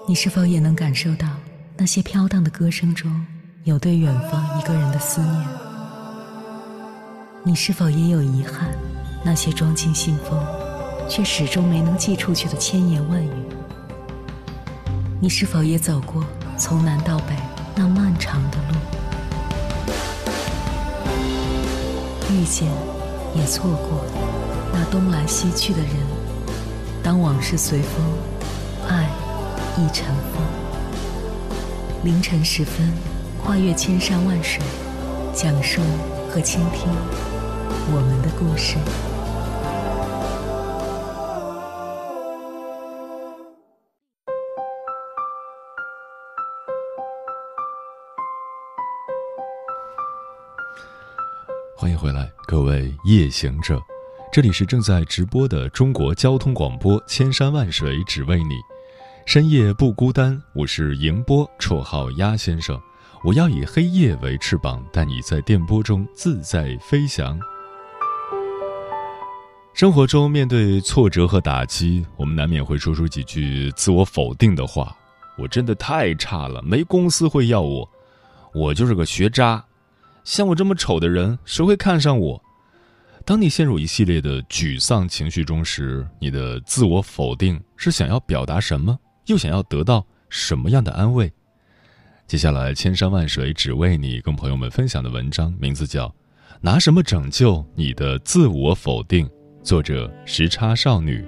你是否也能感受到那些飘荡的歌声中有对远方一个人的思念？你是否也有遗憾，那些装进信封却始终没能寄出去的千言万语？你是否也走过从南到北那漫长的路？遇见也错过那东来西去的人，当往事随风，爱亦尘封。凌晨时分，跨越千山万水，讲述和倾听我们的故事。 欢迎回来，各位夜行者，这里是正在直播的中国交通广播，千山万水只为你，深夜不孤单。我是迎波，绰号鸭先生。我要以黑夜为翅膀，带你在电波中自在飞翔。生活中面对挫折和打击，我们难免会说出几句自我否定的话。我真的太差了，没公司会要我，我就是个学渣，像我这么丑的人，谁会看上我？当你陷入一系列的沮丧情绪中时，你的自我否定是想要表达什么，又想要得到什么样的安慰？接下来千山万水只为你跟朋友们分享的文章名字叫《拿什么拯救你的自我否定》，作者时差少女。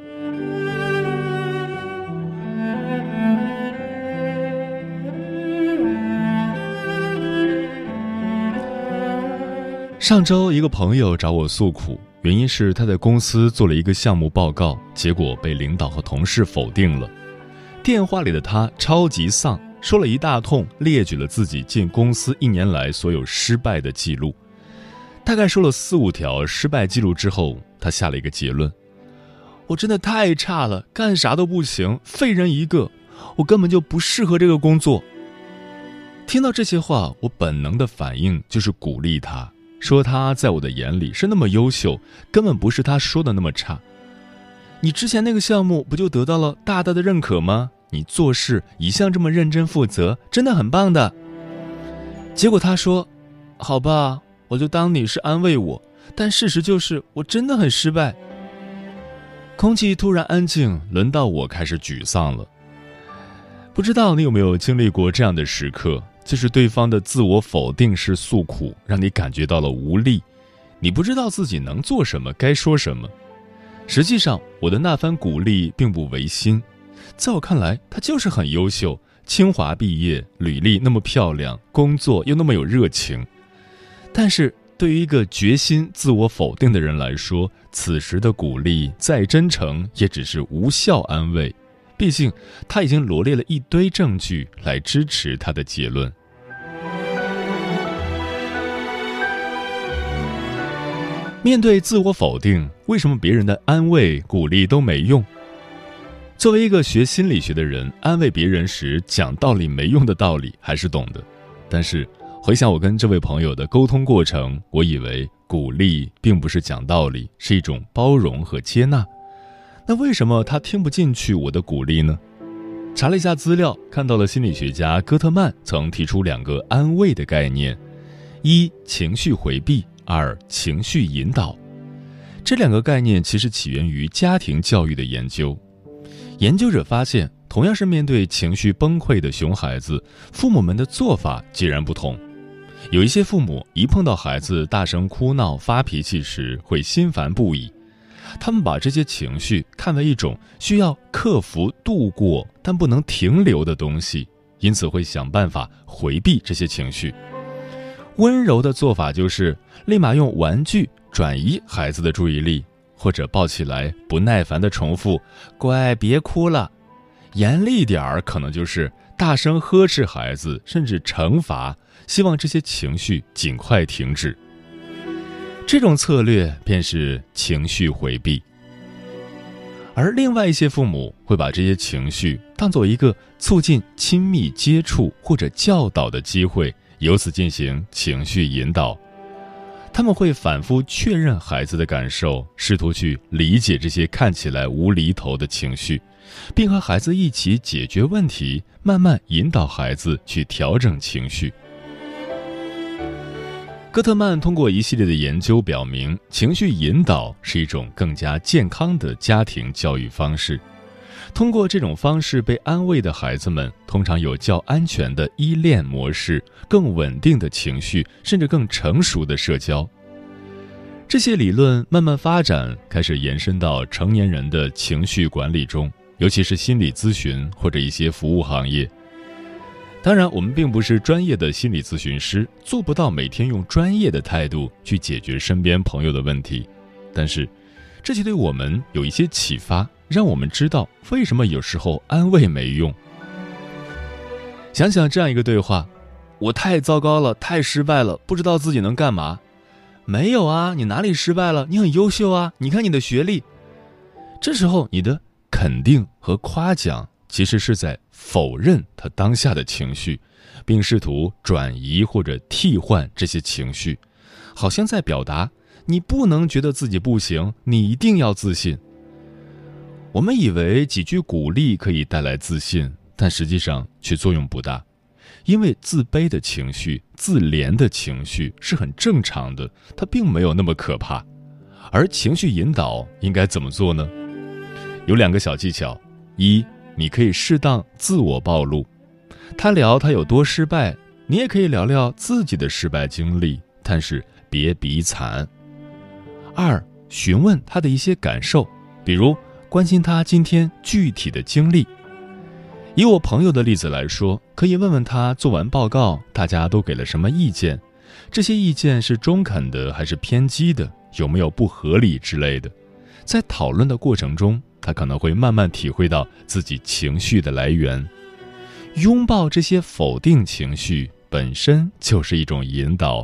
上周一个朋友找我诉苦，原因是他在公司做了一个项目报告，结果被领导和同事否定了。电话里的他超级丧，说了一大通，列举了自己进公司1年来所有失败的记录。大概说了4、5条失败记录之后，他下了一个结论：我真的太差了，干啥都不行，废人一个，我根本就不适合这个工作。听到这些话，我本能的反应就是鼓励他，说他在我的眼里是那么优秀，根本不是他说的那么差。你之前那个项目不就得到了大大的认可吗？你做事一向这么认真负责，真的很棒的。结果他说，好吧，我就当你是安慰我，但事实就是我真的很失败。空气突然安静，轮到我开始沮丧了。不知道你有没有经历过这样的时刻，就是对方的自我否定式诉苦，让你感觉到了无力，你不知道自己能做什么，该说什么。实际上，我的那番鼓励并不违心，在我看来，他就是很优秀，清华毕业，履历那么漂亮，工作又那么有热情。但是对于一个决心自我否定的人来说，此时的鼓励再真诚，也只是无效安慰。毕竟他已经罗列了一堆证据来支持他的结论。面对自我否定，为什么别人的安慰鼓励都没用？作为一个学心理学的人，安慰别人时讲道理没用的道理还是懂的，但是回想我跟这位朋友的沟通过程，我以为鼓励并不是讲道理，是一种包容和接纳。那为什么他听不进去我的鼓励呢？查了一下资料，看到了心理学家戈特曼曾提出2个安慰的概念：一、情绪回避；二、情绪引导。这2个概念其实起源于家庭教育的研究。研究者发现，同样是面对情绪崩溃的熊孩子，父母们的做法截然不同。有一些父母一碰到孩子大声哭闹发脾气时，会心烦不已，他们把这些情绪看为一种需要克服度过但不能停留的东西，因此会想办法回避这些情绪。温柔的做法就是立马用玩具转移孩子的注意力，或者抱起来不耐烦地重复乖别哭了。严厉点儿可能就是大声呵斥孩子，甚至惩罚，希望这些情绪尽快停止。这种策略便是情绪回避。而另外一些父母会把这些情绪当作一个促进亲密接触或者教导的机会，由此进行情绪引导。他他们会反复确认孩子的感受，试图去理解这些看起来无厘头的情绪，并和孩子一起解决问题，慢慢引导孩子去调整情绪。戈特曼通过一系列的研究表明，情绪引导是一种更加健康的家庭教育方式。通过这种方式被安慰的孩子们，通常有较安全的依恋模式，更稳定的情绪，甚至更成熟的社交。这些理论慢慢发展，开始延伸到成年人的情绪管理中，尤其是心理咨询或者一些服务行业。当然，我们并不是专业的心理咨询师，做不到每天用专业的态度去解决身边朋友的问题。但是，这就对我们有一些启发，让我们知道为什么有时候安慰没用。想想这样一个对话：我太糟糕了，太失败了，不知道自己能干嘛。没有啊，你哪里失败了？你很优秀啊，你看你的学历。这时候你的肯定和夸奖其实是在否认他当下的情绪，并试图转移或者替换这些情绪，好像在表达你不能觉得自己不行，你一定要自信。我们以为几句鼓励可以带来自信，但实际上却作用不大，因为自卑的情绪、自怜的情绪是很正常的，它并没有那么可怕。而情绪引导应该怎么做呢？有2个小技巧。一，你可以适当自我暴露，他聊他有多失败，你也可以聊聊自己的失败经历，但是别比惨。2，询问他的一些感受，比如关心他今天具体的经历。以我朋友的例子来说，可以问问他做完报告大家都给了什么意见，这些意见是中肯的还是偏激的，有没有不合理之类的。在讨论的过程中，他可能会慢慢体会到自己情绪的来源。拥抱这些否定情绪本身就是一种引导。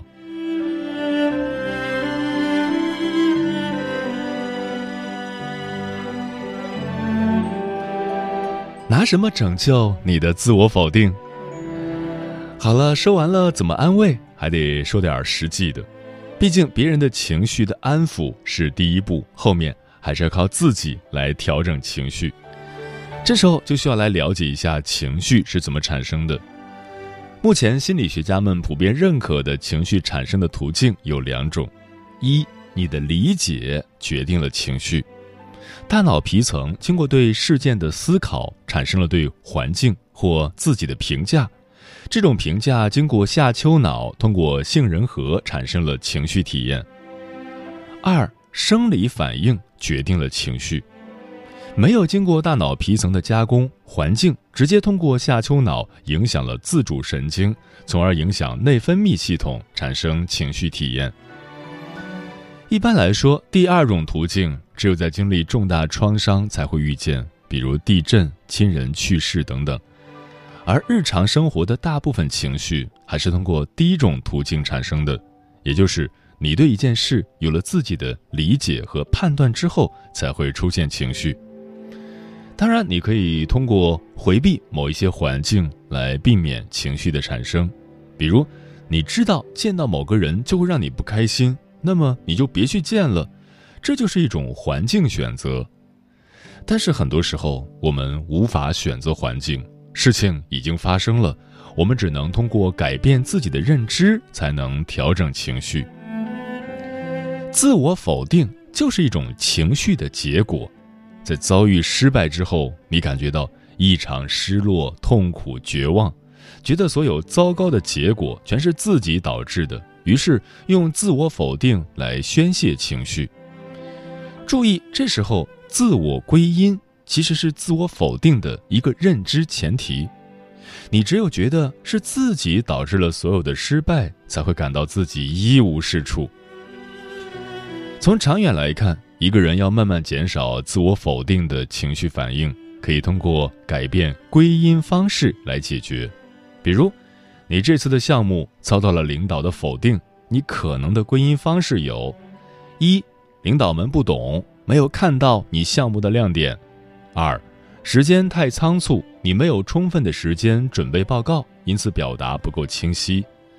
拿什么拯救你的自我否定？好了，说完了怎么安慰，还得说点实际的。毕竟别人的情绪的安抚是第一步，后面还是要靠自己来调整情绪。这时候就需要来了解一下情绪是怎么产生的。目前心理学家们普遍认可的情绪产生的途径有2种。一，你的理解决定了情绪。大脑皮层经过对事件的思考，产生了对环境或自己的评价，这种评价经过下丘脑通过杏仁核产生了情绪体验。2，生理反应决定了情绪。没有经过大脑皮层的加工，环境直接通过下丘脑影响了自主神经，从而影响内分泌系统，产生情绪体验。一般来说，第2种途径只有在经历重大创伤才会遇见，比如地震、亲人去世等等。而日常生活的大部分情绪还是通过第1种途径产生的，也就是你对一件事有了自己的理解和判断之后，才会出现情绪。当然，你可以通过回避某一些环境来避免情绪的产生，比如你知道见到某个人就会让你不开心，那么你就别去见了，这就是一种环境选择。但是很多时候我们无法选择环境，事情已经发生了，我们只能通过改变自己的认知才能调整情绪。自我否定就是一种情绪的结果，在遭遇失败之后，你感觉到异常失落、痛苦、绝望，觉得所有糟糕的结果全是自己导致的，于是用自我否定来宣泄情绪。注意，这时候自我归因其实是自我否定的一个认知前提。你只有觉得是自己导致了所有的失败，才会感到自己一无是处。从长远来看，一个人要慢慢减少自我否定的情绪反应，可以通过改变归因方式来解决。比如，你这次的项目遭到了领导的否定，你可能的归因方式有： 1. 领导们不懂，没有看到你项目的亮点； 2. 时间太仓促，你没有充分的时间准备报告，因此表达不够清晰；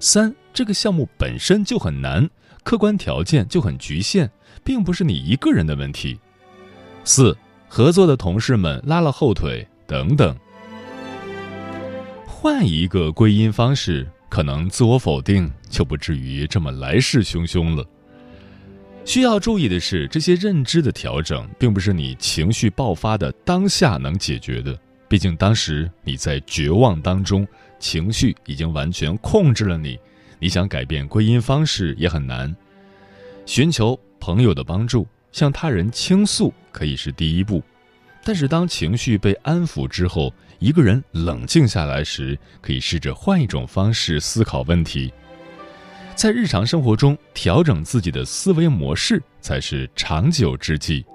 3，这个项目本身就很难，客观条件就很局限，并不是你一个人的问题。4，合作的同事们拉了后腿，等等。换一个归因方式，可能自我否定就不至于这么来势汹汹了。需要注意的是，这些认知的调整并不是你情绪爆发的当下能解决的，毕竟当时你在绝望当中，情绪已经完全控制了你，你想改变归因方式也很难。寻求朋友的帮助，向他人倾诉可以是第一步，但是当情绪被安抚之后，一个人冷静下来时，可以试着换一种方式思考问题。在日常生活中调整自己的思维模式才是长久之计。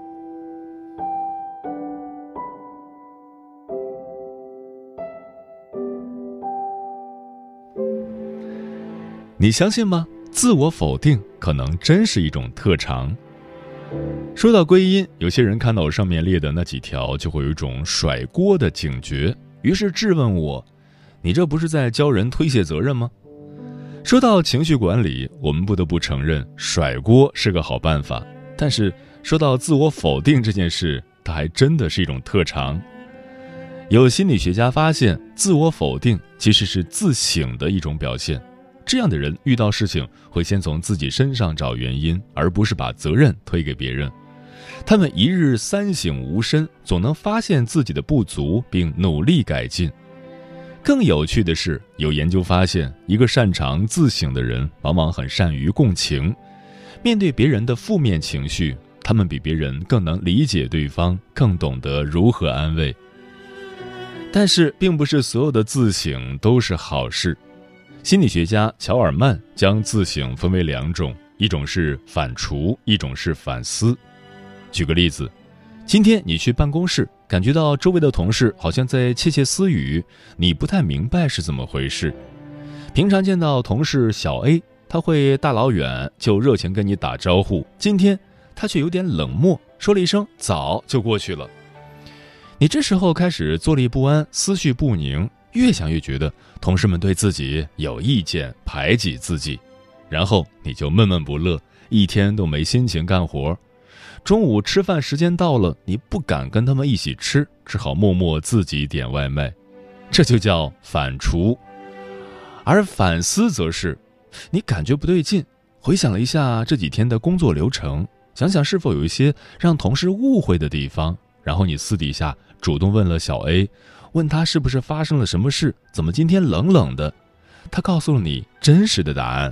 你相信吗？自我否定可能真是一种特长。说到归因，有些人看到我上面列的那几条，就会有一种甩锅的警觉，于是质问我：你这不是在教人推卸责任吗？说到情绪管理，我们不得不承认甩锅是个好办法，但是说到自我否定这件事，它还真的是一种特长。有心理学家发现，自我否定其实是自省的一种表现。这样的人遇到事情会先从自己身上找原因，而不是把责任推给别人。他们一日三省吾身，总能发现自己的不足并努力改进。更有趣的是，有研究发现，一个擅长自省的人往往很善于共情，面对别人的负面情绪，他们比别人更能理解对方，更懂得如何安慰。但是并不是所有的自省都是好事。心理学家乔尔曼将自省分为2种，一种是反刍，一种是反思。举个例子，今天你去办公室，感觉到周围的同事好像在窃窃私语，你不太明白是怎么回事。平常见到同事小 A， 他会大老远就热情跟你打招呼，今天他却有点冷漠，说了一声早就过去了。你这时候开始坐立不安，思绪不宁，越想越觉得同事们对自己有意见，排挤自己，然后你就闷闷不乐，一天都没心情干活。中午吃饭时间到了，你不敢跟他们一起吃，只好默默自己点外卖，这就叫反刍。而反思则是，你感觉不对劲，回想了一下这几天的工作流程，想想是否有一些让同事误会的地方，然后你私底下主动问了小 A， 问他是不是发生了什么事，怎么今天冷冷的，他告诉了你真实的答案。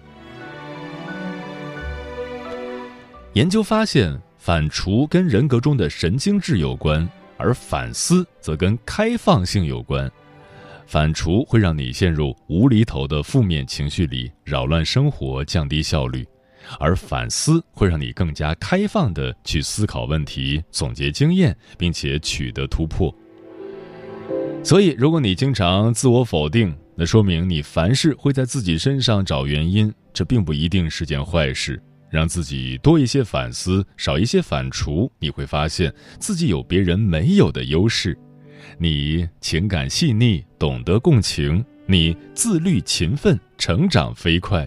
研究发现，反刍跟人格中的神经质有关，而反思则跟开放性有关。反刍会让你陷入无厘头的负面情绪里，扰乱生活，降低效率；而反思会让你更加开放地去思考问题，总结经验，并且取得突破。所以，如果你经常自我否定，那说明你凡事会在自己身上找原因，这并不一定是件坏事。让自己多一些反思，少一些反刍，你会发现自己有别人没有的优势。你情感细腻，懂得共情，你自律勤奋，成长飞快。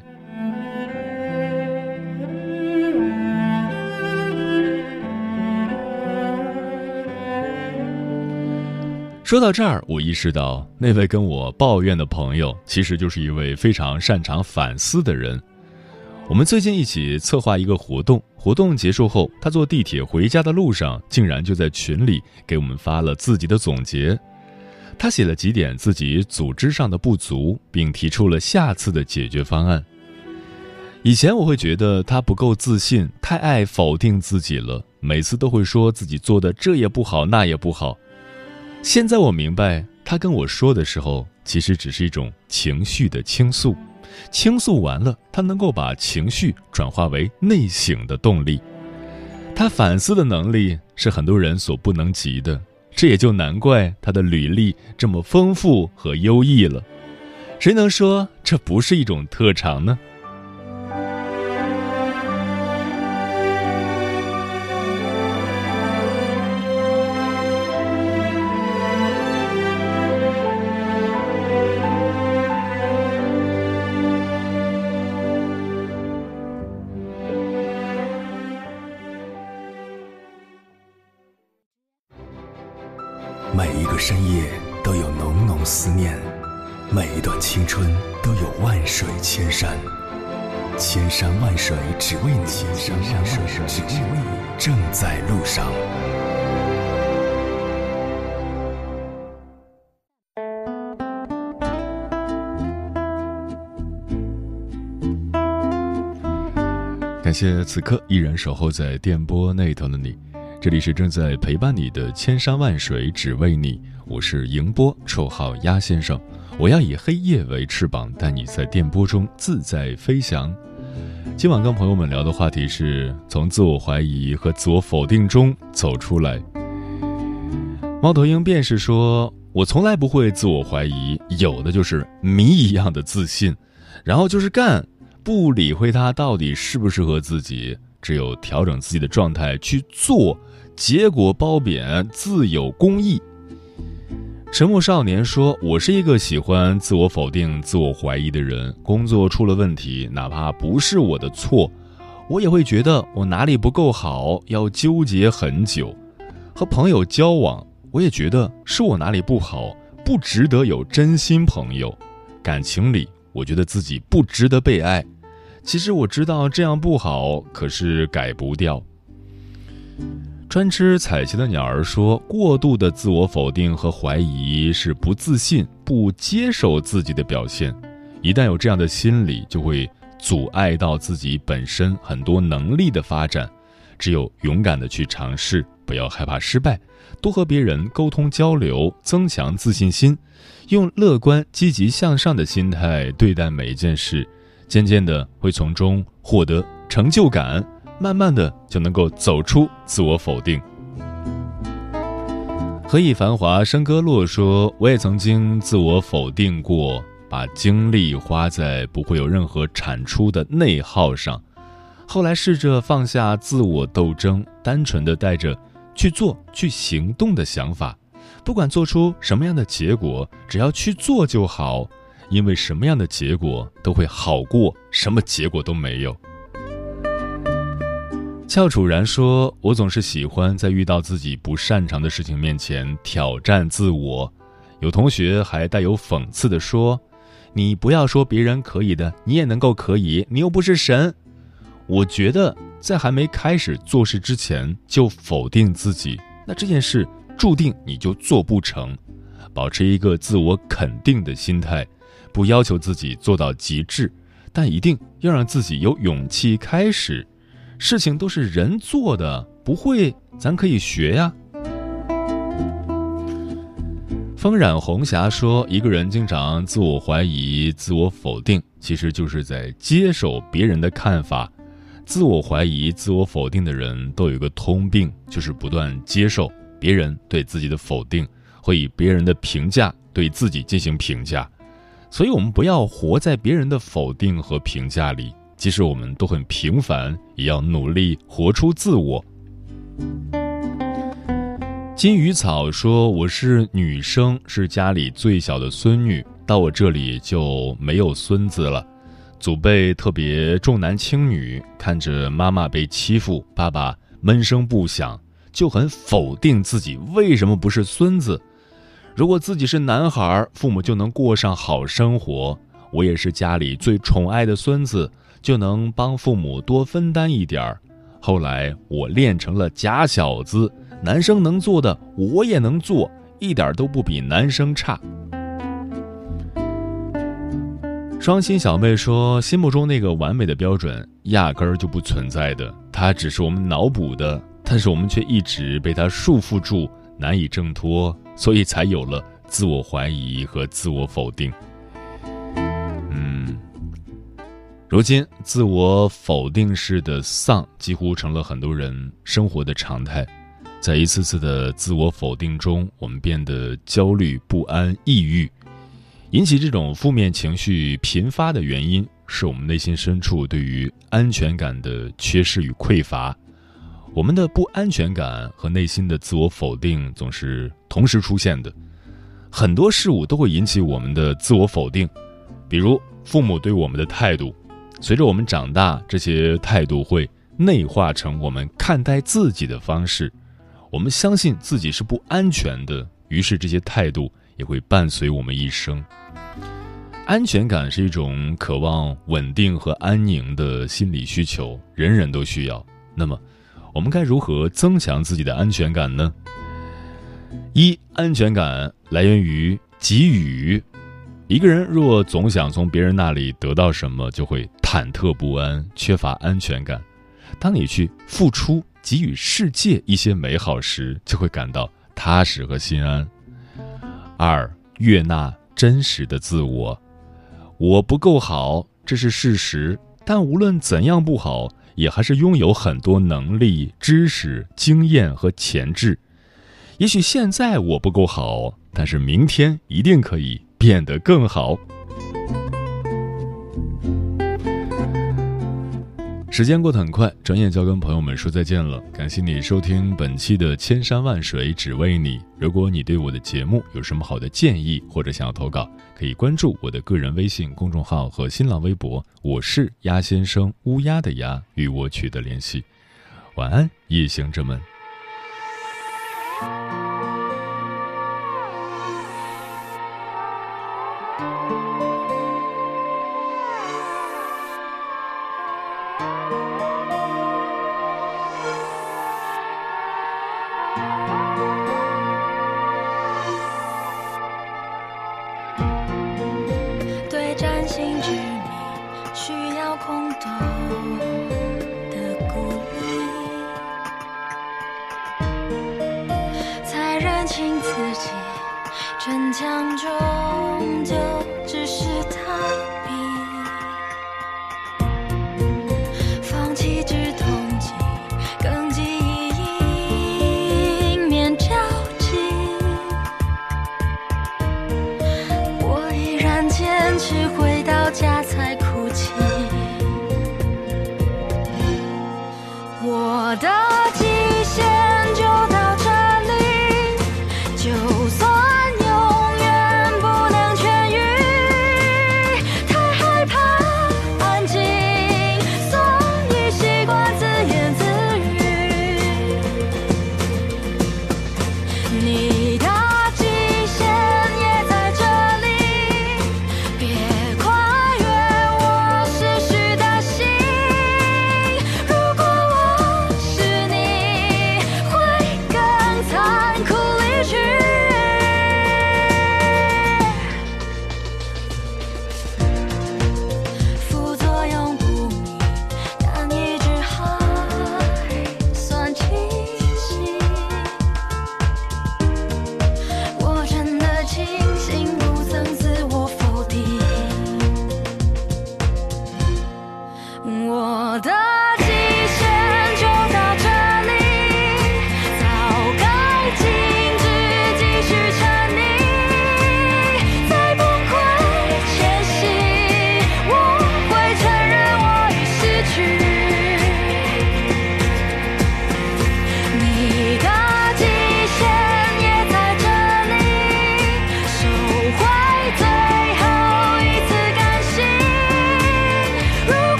说到这儿，我意识到那位跟我抱怨的朋友，其实就是一位非常擅长反思的人。我们最近一起策划一个活动，活动结束后，他坐地铁回家的路上，竟然就在群里给我们发了自己的总结。他写了几点自己组织上的不足，并提出了下次的解决方案。以前我会觉得他不够自信，太爱否定自己了，每次都会说自己做的这也不好那也不好。现在我明白，他跟我说的时候，其实只是一种情绪的倾诉。倾诉完了，他能够把情绪转化为内省的动力。他反思的能力是很多人所不能及的，这也就难怪他的履历这么丰富和优异了。谁能说这不是一种特长呢？ 每一个深夜都有浓浓思念，每一段青春都有万水千山。千山万水只为你，千山万水只为你，正在路上。 感谢此刻依然守候在电波那头的你，这里是正在陪伴你的千山万水只为你，我是迎波，绰号鸭先生。我要以黑夜为翅膀，带你在电波中自在飞翔。今晚跟朋友们聊的话题是从自我怀疑和自我否定中走出来。猫头鹰便是说，我从来不会自我怀疑，有的就是谜一样的自信，然后就是干，不理会它到底适不适合自己，只有调整自己的状态去做，结果褒贬，自有公义。沉默少年说，我是一个喜欢自我否定、自我怀疑的人，工作出了问题，哪怕不是我的错，我也会觉得我哪里不够好，要纠结很久。和朋友交往，我也觉得是我哪里不好，不值得有真心朋友。感情里，我觉得自己不值得被爱，其实我知道这样不好，可是改不掉。专吃彩旗的鸟儿说，过度的自我否定和怀疑是不自信、不接受自己的表现。一旦有这样的心理，就会阻碍到自己本身很多能力的发展。只有勇敢的去尝试，不要害怕失败，多和别人沟通交流，增强自信心，用乐观积极向上的心态对待每一件事，渐渐的会从中获得成就感，慢慢的就能够走出自我否定。何以繁华笙歌落说，我也曾经自我否定过，把精力花在不会有任何产出的内耗上，后来试着放下自我斗争，单纯的带着去做去行动的想法，不管做出什么样的结果，只要去做就好，因为什么样的结果都会好过什么结果都没有。翘楚然说，我总是喜欢在遇到自己不擅长的事情面前挑战自我。有同学还带有讽刺地说，你不要说别人可以的，你也能够可以，你又不是神。我觉得在还没开始做事之前就否定自己，那这件事注定你就做不成。保持一个自我肯定的心态，不要求自己做到极致，但一定要让自己有勇气开始。事情都是人做的，不会咱可以学呀。风染红霞说，一个人经常自我怀疑、自我否定，其实就是在接受别人的看法。自我怀疑、自我否定的人都有一个通病，就是不断接受别人对自己的否定，会以别人的评价对自己进行评价。所以我们不要活在别人的否定和评价里，即使我们都很平凡，也要努力活出自我。金鱼草说，我是女生，是家里最小的孙女，到我这里就没有孙子了。祖辈特别重男轻女，看着妈妈被欺负，爸爸闷声不响，就很否定自己为什么不是孙子。如果自己是男孩，父母就能过上好生活。我也是家里最宠爱的孙子，就能帮父母多分担一点儿。后来我练成了假小子，男生能做的我也能做，一点都不比男生差。双心小妹说，心目中那个完美的标准压根儿就不存在的，它只是我们脑补的，但是我们却一直被它束缚住，难以挣脱，所以才有了自我怀疑和自我否定。如今自我否定式的丧几乎成了很多人生活的常态，在一次次的自我否定中，我们变得焦虑、不安、抑郁。引起这种负面情绪频发的原因，是我们内心深处对于安全感的缺失与匮乏。我们的不安全感和内心的自我否定总是同时出现的，很多事物都会引起我们的自我否定，比如父母对我们的态度。随着我们长大，这些态度会内化成我们看待自己的方式。我们相信自己是不安全的， 于是这些态度也会伴随我们一生。安全感是一种渴望稳定和安宁的心理需求，人人都需要。那么，我们该如何增强自己的安全感呢？一、安全感来源于给予。一个人若总想从别人那里得到什么，就会忐忑不安，缺乏安全感。当你去付出，给予世界一些美好时，就会感到踏实和心安。二、悦纳真实的自我。我不够好，这是事实，但无论怎样不好，也还是拥有很多能力、知识、经验和潜质。也许现在我不够好，但是明天一定可以变得更好。时间过得很快，转眼就要跟朋友们说再见了。感谢你收听本期的千山万水只为你。如果你对我的节目有什么好的建议，或者想要投稿，可以关注我的个人微信公众号和新浪微博，我是鸭先生，乌鸦的鸭，与我取得联系。晚安，夜行者们。 对占星之谜需要空洞的鼓励，才认清自己逞强终究只是逃避，放弃只同情，更记忆迎面交集，我依然坚持回答